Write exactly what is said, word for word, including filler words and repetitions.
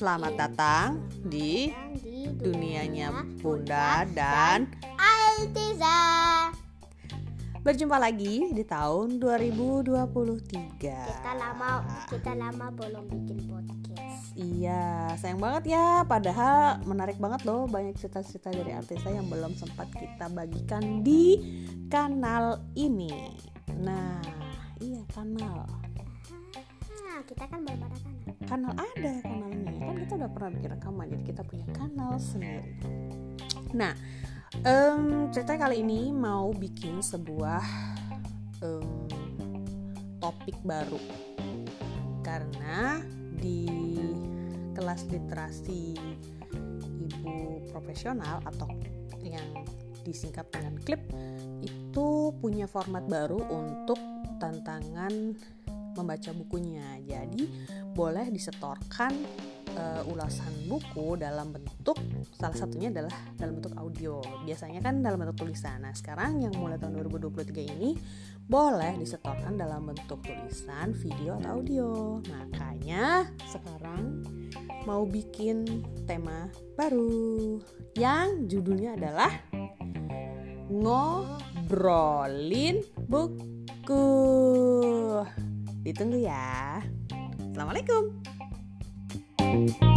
Selamat datang di di dunianya Bunda dan Altiza. berjumpa lagi di tahun dua ribu dua puluh tiga. Kita lama kita lama belum bikin podcast. Iya, sayang banget ya. Padahal menarik banget loh, banyak cerita-cerita dari Altiza yang belum sempat kita bagikan di kanal ini. Nah, iya kanal. Nah, kita kan belum ada kanal. Kanal ada kanalnya, kan kita udah pernah bikin rekaman, jadi kita punya kanal sendiri. Nah, um, cerita kali ini mau bikin sebuah um, topik baru, karena di kelas literasi ibu profesional atau yang disingkat dengan klip itu punya format baru untuk tantangan membaca bukunya. Jadi boleh disetorkan uh, ulasan buku dalam bentuk, salah satunya adalah dalam bentuk audio. Biasanya kan dalam bentuk tulisan. Nah, sekarang yang mulai tahun dua ribu dua puluh tiga ini boleh disetorkan dalam bentuk tulisan, video atau audio. Makanya sekarang mau bikin tema baru yang judulnya adalah Ngobrolin Buku. Ditunggu ya. Assalamualaikum.